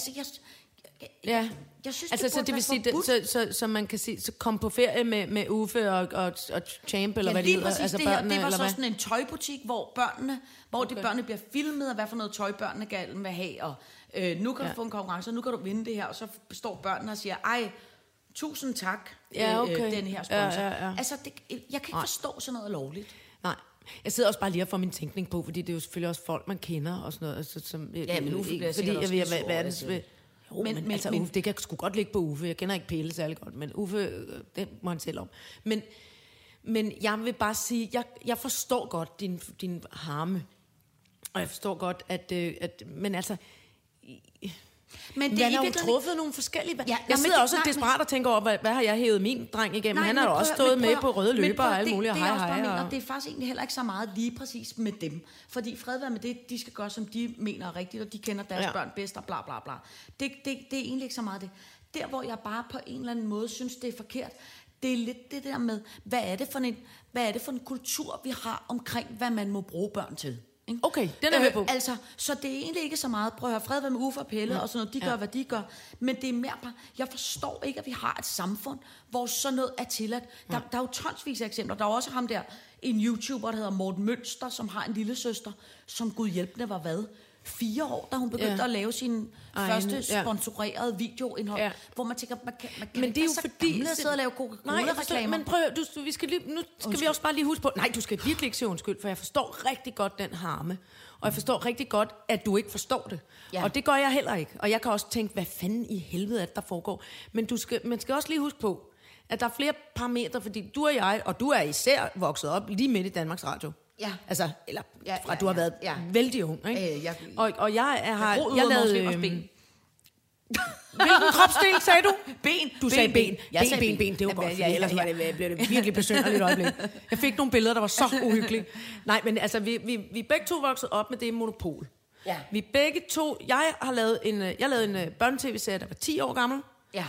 Jeg synes, altså, så det vil sige, så man kan sige, så kom på ferie med Uffe og Champ, eller hvad det hedder, altså børnene, det var så sådan en tøjbutik, hvor børnene bliver filmet, og hvad for noget tøj børnene gerne vil have, og nu kan du få en konkurrence, og nu kan du vinde det her, og så står børnene og siger, ej, tusind tak, den her sponsor. Altså, jeg kan ikke forstå sådan noget lovligt. Nej. Jeg sidder også bare lige og får min tænkning på, fordi det er jo selvfølgelig også folk, man kender, og sådan noget. Altså, som, men Uffe bliver fordi jeg vil være verdens... Jo, men altså Uffe, det kan sgu godt ligge på Uffe. Jeg kender ikke Pelle særlig godt, men Uffe, det må han selv om. Men jeg vil bare sige, jeg forstår godt din harme. Og jeg forstår godt, at men altså... Men det har jo truffet nogle forskellige... Jeg sidder også desperat og tænker over, hvad har jeg hævet min dreng igennem? Han har jo også stået med på røde løber og alle mulige hej. Det er faktisk egentlig heller ikke så meget lige præcis med dem. Fordi fred være med det, de skal gøre, som de mener er rigtigt, og de kender deres børn bedst og bla bla bla. Det er egentlig ikke så meget det. der, hvor jeg bare på en eller anden måde synes, det er forkert, det er lidt det der med, hvad er det for en kultur, vi har omkring, hvad man må bruge børn til. Ikke? Okay, den er med på. Altså, så det er egentlig ikke så meget, prøv at høre, fred være med Uffe og Pelle og sådan noget, de gør, hvad de gør, men det er mere bare, jeg forstår ikke, at vi har et samfund, hvor sådan noget er tilladt. Der er jo tonsvis af eksempler. Der er også ham der, en YouTuber, der hedder Morten Mønster, som har en lille søster, som Gud hjælpende var 4 år, da hun begyndte at lave sin første sponsorerede videoindhold, hvor man tænker, man kan men det er jo så fordi at sidde og lave Coca-Cola-reklamer. Men prøv, skal vi også bare lige huske på, nej, du skal virkelig ikke sige undskyld, for jeg forstår rigtig godt den harme, og jeg forstår rigtig godt, at du ikke forstår det. Ja. Og det gør jeg heller ikke. Og jeg kan også tænke, hvad fanden i helvede er det, der foregår. Men man skal også lige huske på, at der er flere parametre, fordi du og jeg, og du er især vokset op lige midt i Danmarks Radio. Ja. Altså, eller fra du har været vældig ung, ikke? Og jeg lavede... Ben. Hvilken kropsdel sagde du? Ben. Du sagde ben. Jeg sagde ben. Det var godt, ellers blev det virkelig besynderligt øjeblik. Jeg fik nogle billeder, der var så uhyggelige. Nej, men altså, vi begge to voksede op med det monopol. Ja. Vi begge to... Jeg lavede en børne-tv-serie, der var 10 år gammel. Ja.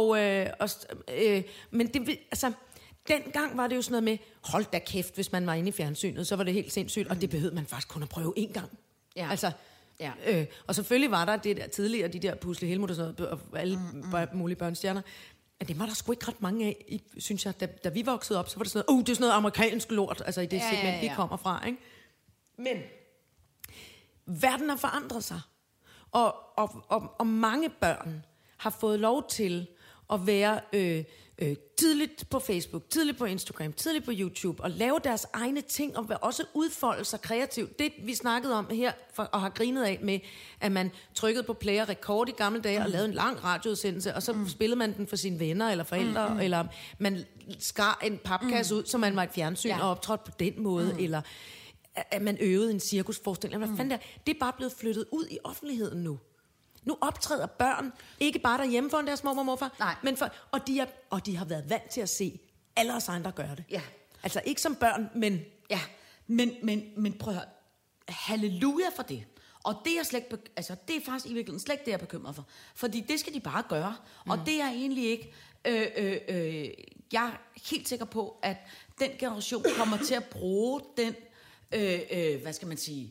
Men det... Altså, dengang var det jo sådan noget med, hold da kæft, hvis man var inde i fjernsynet, så var det helt sindssygt, og det behøvede man faktisk kun at prøve 1 gang. Ja. Altså, og selvfølgelig var der det der tidligere, de der Pusle Helmut og sådan noget, og alle mulige børnestjerner, men det var der sgu ikke ret mange af, synes jeg, da vi voksede op, så var det sådan noget, det er sådan noget amerikansk lort, altså i det segment, vi kommer fra, ikke? Men verden har forandret sig, og mange børn har fået lov til at være tidligt på Facebook, tidligt på Instagram, tidligt på YouTube, og lave deres egne ting, og også udfolde sig kreativt. Det, vi snakkede om her, og har grinet af med, at man trykkede på play og record i gamle dage, og lavede en lang radioudsendelse, og så spillede man den for sine venner eller forældre, eller man skar en papkasse ud, så man var et fjernsyn, og optrådte på den måde, eller at man øvede en cirkusforestilling. Hvad fanden det er bare blevet flyttet ud i offentligheden nu. Nu optræder børn ikke bare derhjemme foran deres mormor og morfar, men og de har været vant til at se alle os andre gøre det. Ja. Altså ikke som børn, men... Ja, men prøv at høre. Halleluja for det. Og det er det er faktisk i virkeligheden slet ikke det, jeg er bekymret for. Fordi det skal de bare gøre. Og det er egentlig ikke... jeg er helt sikker på, at den generation kommer til at bruge den... hvad skal man sige...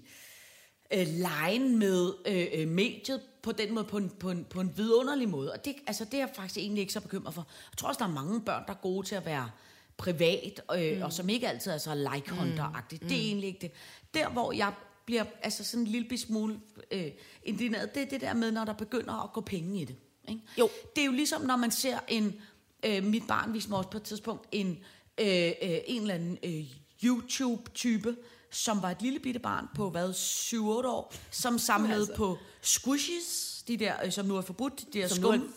lejen med mediet på den måde, på en vidunderlig måde. Og det er jeg faktisk egentlig ikke så bekymret for. Jeg tror også, der er mange børn, der er gode til at være privat, og som ikke altid er så like-hunter-agtigt. Det er egentlig ikke det. Der, hvor jeg bliver sådan en lille smule indigneret, det er det der med, når der begynder at gå penge i det. Ikke? Jo. Det er jo ligesom, når man ser mit barn viste mig også på et tidspunkt, en eller anden YouTube-type, som var et lille bitte barn på 7-8 år, som samlede på squishes, de der, som nu er forbudt, de der skum,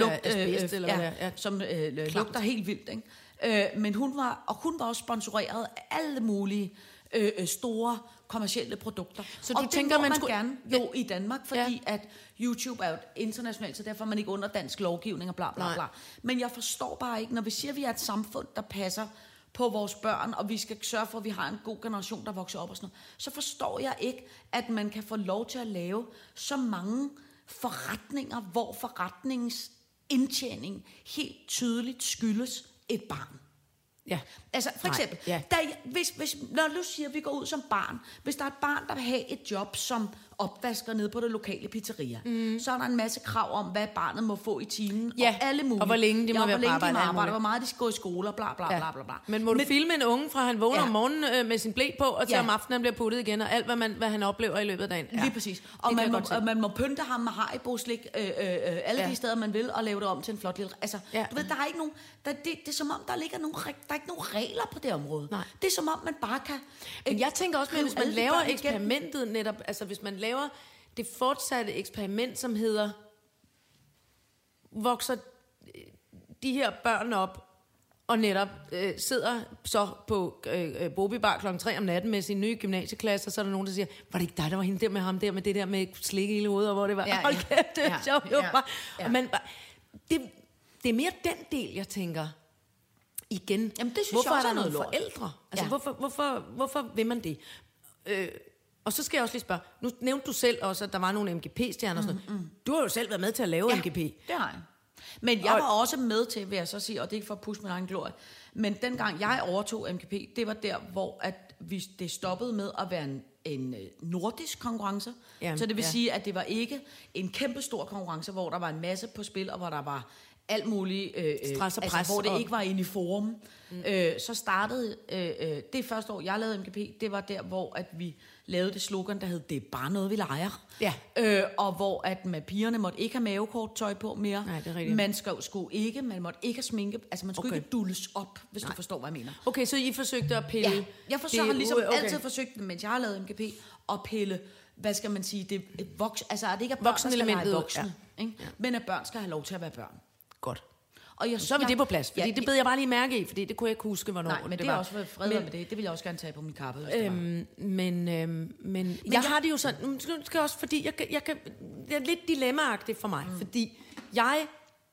som lugter helt vildt. Ikke? Men hun var også sponsoreret af alle mulige store kommercielle produkter. Så du tænker, man gerne jo i Danmark, fordi at YouTube er jo internationalt, så derfor er man ikke under dansk lovgivning og bla bla bla. Men jeg forstår bare ikke, når vi siger, at vi er et samfund, der passer på vores børn, og vi skal sørge for, at vi har en god generation, der vokser op og sådan noget, så forstår jeg ikke, at man kan få lov til at lave så mange forretninger, hvor forretningens indtjening helt tydeligt skyldes et barn. Ja. Altså for eksempel, hvis når du siger, at vi går ud som barn, hvis der er et barn, der vil have et job som opvasker nede på det lokale pizzeria, så er der en masse krav om, hvad barnet må få i timen, og alle mulige. Og hvor længe de må være på arbejde, hvor meget de skal gå i skole, bla bla bla bla bla. Men må du filme en unge, fra han vågner om morgenen med sin ble på, og til om aftenen bliver puttet igen, og alt, hvad han oplever i løbet af dagen. Lige præcis. Og man må pynte ham med Haribo-slik alle de steder, man vil, og lave det om til en flot lille... Altså, du ved, der er ikke nogen... Det er som om, der er ikke nogen regler på det område. Nej. Det er som om, man bare kan... Men jeg tænker også, at hvis man laver eksperimentet netop, altså hvis man laver det fortsatte eksperiment, som hedder, vokser de her børn op, og netop sidder så på Bobi Bar klokken 3 om natten med sin nye gymnasieklasse, og så er der nogen, der siger, var det ikke dig, der var hende der med ham der, med det der med slik i hele hovedet, og hvor det var, hold kæft, det er sjovt. Det er mere den del, jeg tænker, igen, jamen, det synes hvorfor jeg er der nogle forældre? Altså, hvorfor vil man det? Og så skal jeg også lige spørge, nu nævnte du selv også, at der var nogle MGP-stjerner og sådan noget. Du har jo selv været med til at lave MGP. det har jeg. Men jeg var også med til, vil jeg så sige, og det er ikke for at pusse min egen glorie, men dengang jeg overtog MGP, det var der, hvor at det stoppede med at være en nordisk konkurrence. Ja, så det vil sige, at det var ikke en kæmpe stor konkurrence, hvor der var en masse på spil, og hvor der var alt muligt, stress og pres, altså, hvor det ikke var inde i forum. Så startede det første år, jeg lavede MGP, det var der, hvor at vi lavede det slogan, der hed, det er bare noget, vi leger. Ja. Og hvor at med pigerne måtte ikke have mavekort tøj på mere. Nej, det er rigtigt. Man måtte ikke have sminke, altså man skulle ikke dulles op, hvis du forstår, hvad jeg mener. Okay, så I forsøgte at pille... Ja, jeg har ligesom altid forsøgt, mens jeg har lavet MGP, at pille, hvad skal man sige, det altså at det ikke er børn, der skal lege voksne, ikke? Ja. Men at børn skal have lov til at være børn. Godt. Og så er vi det på plads, fordi det bed jeg bare lige mærke i, fordi det kunne jeg ikke huske, hvornår det var. Nej, men det er også for fred med det. Det vil jeg også gerne tage på min kappe. Men jeg har det jo sådan, nu skal jeg også, fordi jeg kan, det er lidt dilemmaagtigt for mig, fordi jeg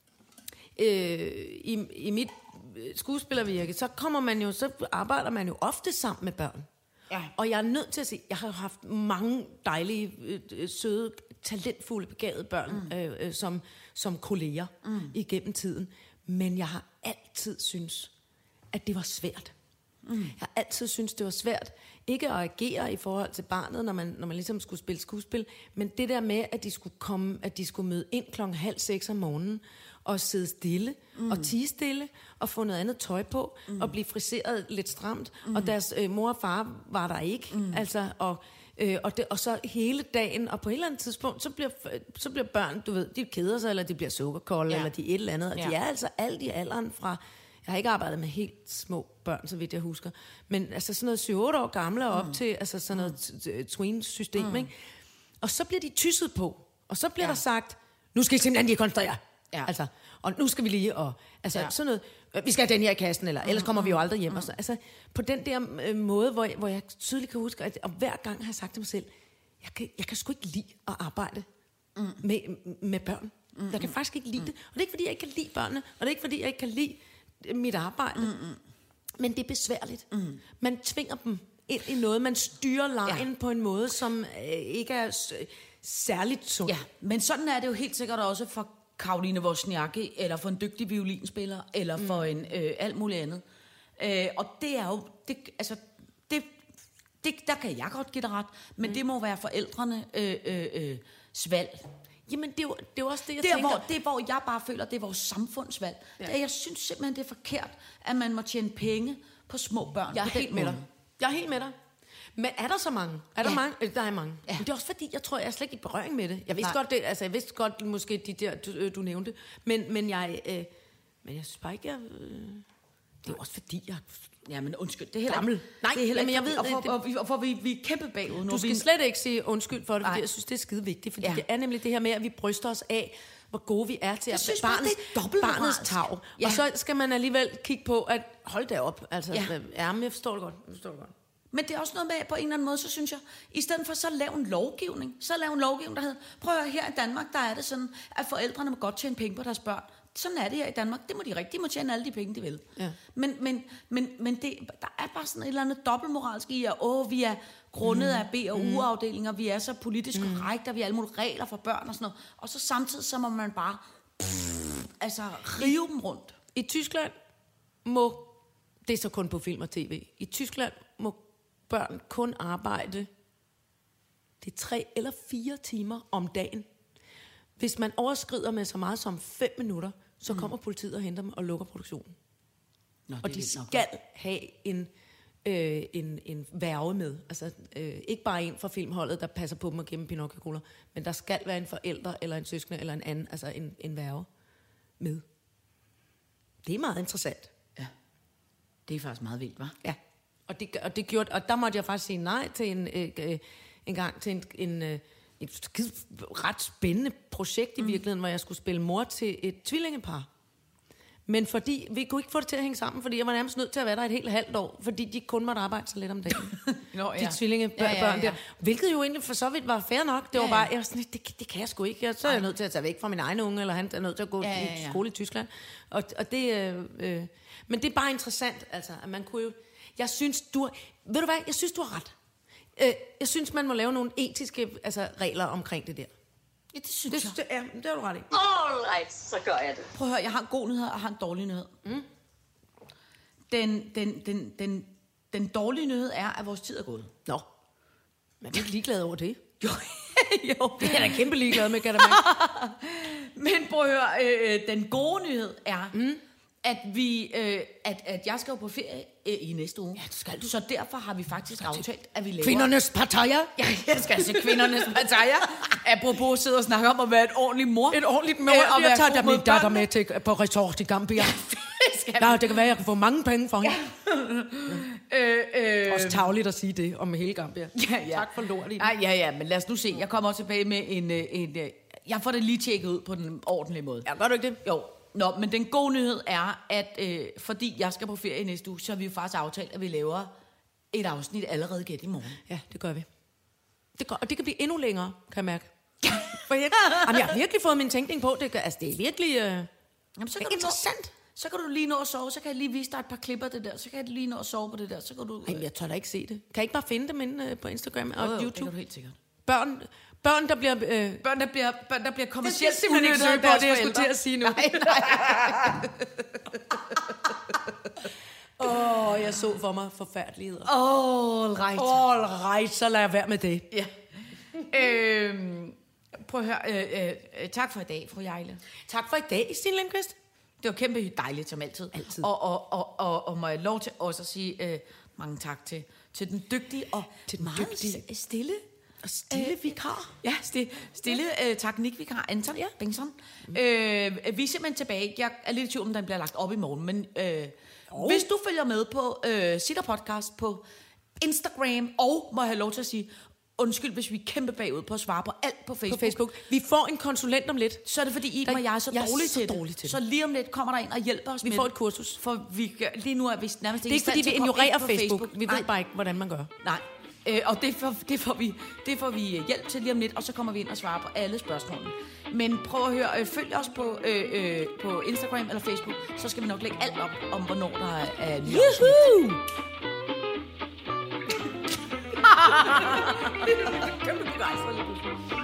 i mit skuespillervirke, så arbejder man jo ofte sammen med børn. Ja. Og jeg er nødt til at sige, jeg har haft mange dejlige, søde, talentfulde, begavede børn som kolleger igennem tiden. Men jeg har altid synes, at det var svært. Jeg har altid synes, det var svært ikke at agere i forhold til barnet, når man ligesom skulle spille skuespil, men det der med, at de skulle møde ind 5:30 om morgenen og sidde stille og tie stille og få noget andet tøj på og blive friseret lidt stramt, og deres mor og far var der ikke, altså og så hele dagen, og på et eller andet tidspunkt, så bliver børn, du ved, de keder sig, eller de bliver sukkerkolde, eller de et eller andet, og de er altså alt i alderen fra, jeg har ikke arbejdet med helt små børn, så vidt jeg husker, men altså sådan noget 7-8 år gamle og op til altså sådan noget tween-system, ikke? Og så bliver de tysset på, og så bliver der sagt, nu skal I simpelthen lige koncentrere, altså, og nu skal vi lige, og altså sådan noget, vi skal have den her i kassen, eller ellers kommer vi jo aldrig hjem, og så, altså på den der måde, hvor jeg tydeligt kan huske, at hver gang har jeg sagt til mig selv, jeg kan sgu ikke lide at arbejde med børn. Jeg kan faktisk ikke lide det, og det er ikke fordi jeg ikke kan lide børnene, og det er ikke fordi jeg ikke kan lide mit arbejde, men det er besværligt. Man tvinger dem ind i noget, man styrer lejen på en måde, som ikke er særligt sund. Ja, men sådan er det jo helt sikkert også for Karoline Wozniacki, eller for en dygtig violinspiller, eller for en alt muligt andet. Og det er jo, der kan jeg godt give dig ret, men det må være forældrene valg. Jamen, det er jo også det, jeg tænker. Hvor jeg bare føler, det er vores samfundsvalg. Ja. Jeg synes simpelthen, det er forkert, at man må tjene penge på små børn. Jeg er helt med dig. Men er der så mange? Der er mange. Ja. Men det er også fordi, jeg tror, jeg er slet ikke i berøring med det. Jeg vidste godt, måske de der, du nævnte. Men jeg synes bare ikke, det er også fordi, jeg... Ja, men undskyld, det er helt gammel. Nej, det er heller men jeg ved... Og vi er kæmpe bagud. Du skal slet ikke sige undskyld for det, fordi jeg synes, det er skide vigtigt. Fordi det er nemlig det her med, at vi bryster os af, hvor gode vi er til at barnets tag. Ja. Og så skal man alligevel kigge på, at hold da op. Altså, men jeg forstår det godt. Men det er også noget med, på en eller anden måde, så synes jeg, i stedet for så lave en lovgivning, der hedder, prøv at høre, her i Danmark, der er det sådan, at forældrene må godt tjene penge på deres børn. Sådan er det her i Danmark. Det må de må tjene alle de penge, de vil. Ja. Men der er bare sådan et eller andet dobbeltmoralsk i, at vi er grundet af B- og U-afdelinger, vi er så politisk korrekte, vi har alle mulige regler for børn og sådan noget. Og så samtidig, så må man bare rive dem rundt. I Tyskland må, det er så kun på film og tv, i Tyskland må børn kun arbejde, det er 3 eller 4 timer om dagen. Hvis man overskrider med så meget som 5 minutter, så kommer politiet og henter dem og lukker produktionen. Og de skal have en værge med. Altså ikke bare en fra filmholdet, der passer på dem og gemmer Pinocchio-kugler, men der skal være en forælder, eller en søskende, eller en anden, altså en værge med. Det er meget interessant. Ja. Det er faktisk meget vildt, hva'? Ja. Og det gjorde, og der måtte jeg faktisk sige nej til en gang til et ret spændende projekt i virkeligheden, hvor jeg skulle spille mor til et tvillingepar. Men fordi vi kunne ikke få det til at hænge sammen, fordi jeg var nærmest nødt til at være der et helt halvt år, fordi de kun måtte arbejde så lidt om dagen. De tvillingebørn der. Hvilket jo egentlig for så vidt var fair nok. Det var bare, jeg var sådan, det kan jeg sgu ikke. Så er jeg nødt til at tage væk fra min egen unge, eller han er nødt til at gå i skole i Tyskland. Og det, men det er bare interessant, altså, at man kunne jo... Jeg synes, du har ret. Jeg synes, man må lave nogle etiske regler omkring det der. Ja, det synes jeg. Ja, det har du ret i. Alright, så gør jeg det. Prøv at høre, jeg har en god nyhed, og har en dårlig nyhed. Den dårlige nyhed er, at vores tid er gået. Nå, men er du ikke ligeglad over det? Jo. Det er da kæmpe ligeglad med, kan der Men prøv at høre, den gode nyhed er, at at jeg skal jo på ferie i næste uge. Ja, det skal du. Så derfor har vi faktisk aftalt, at vi laver... Kvindernes partier. Ja, jeg skal se kvindernes partier. Apropos sidde og snakke om at være et ordentligt mor. Et ordentligt mor. Og Jeg tager da min datter med på resort i Gambia. Ja, det kan være, at jeg kan få mange penge for hende. Også tarveligt at sige det om hele Gambia. Ja. Tak for lort. Ja, men lad os nu se. Jeg kommer også tilbage med en jeg får det lige tjekket ud på den ordentlige måde. Ja, gør du ikke det? Jo. Nå, men den gode nyhed er, at fordi jeg skal på ferie i næste uge, så har vi jo faktisk aftalt, at vi laver et afsnit allerede igen i morgen. Ja, det gør vi. Og det kan blive endnu længere, kan jeg mærke. For jeg har virkelig fået min tænkning på det. Altså, det er virkelig Jamen, så kan interessant. Så kan du lige nå at sove, så kan jeg lige vise dig et par klipper det der, så kan jeg lige nå at sove på det der, så kan du... Ej, jeg tør da ikke se det. Kan jeg ikke bare finde dem inde på Instagram og YouTube? Det kan du helt sikkert. Børn, der bliver... Børn, der bliver kommercielt simpelthen ikke søge på det, jeg skulle til at sige nu. Nej. Jeg så for mig forfærdeligheder. All right, så lader jeg være med det. Ja. Prøv at høre. Tak for i dag, fru Jejle. Tak for i dag, Stine Lindqvist. Det var kæmpe dejligt som altid. Og må jeg lov til også at sige mange tak til den dygtige og til den meget dygtige stille vikar. Ja, stille teknikvikar Anton Bengtsson. Vi er simpelthen tilbage. Jeg er lidt i tvivl, om den bliver lagt op i morgen, men hvis du følger med på Sitter Podcast på Instagram, og må jeg have lov til at sige, undskyld, hvis vi er kæmpe bagud på at svare på alt på Facebook. Vi får en konsulent om lidt. Så er det fordi, Iben og jeg er så dårlige til det. Så lige om lidt kommer der ind og hjælper os med Vi får et kursus. For lige nu er vi nærmest ikke det er ikke fordi, vi ignorerer Facebook. Vi Nej. ved bare ikke, hvordan man gør. Nej. Og det får vi hjælp til lige om lidt, og så kommer vi ind og svarer på alle spørgsmålene. Men prøv at høre, følg os på Instagram eller Facebook, så skal vi nok lægge alt op om, hvornår der er nye afsnit. Kæmpe begejstret lige pludselig.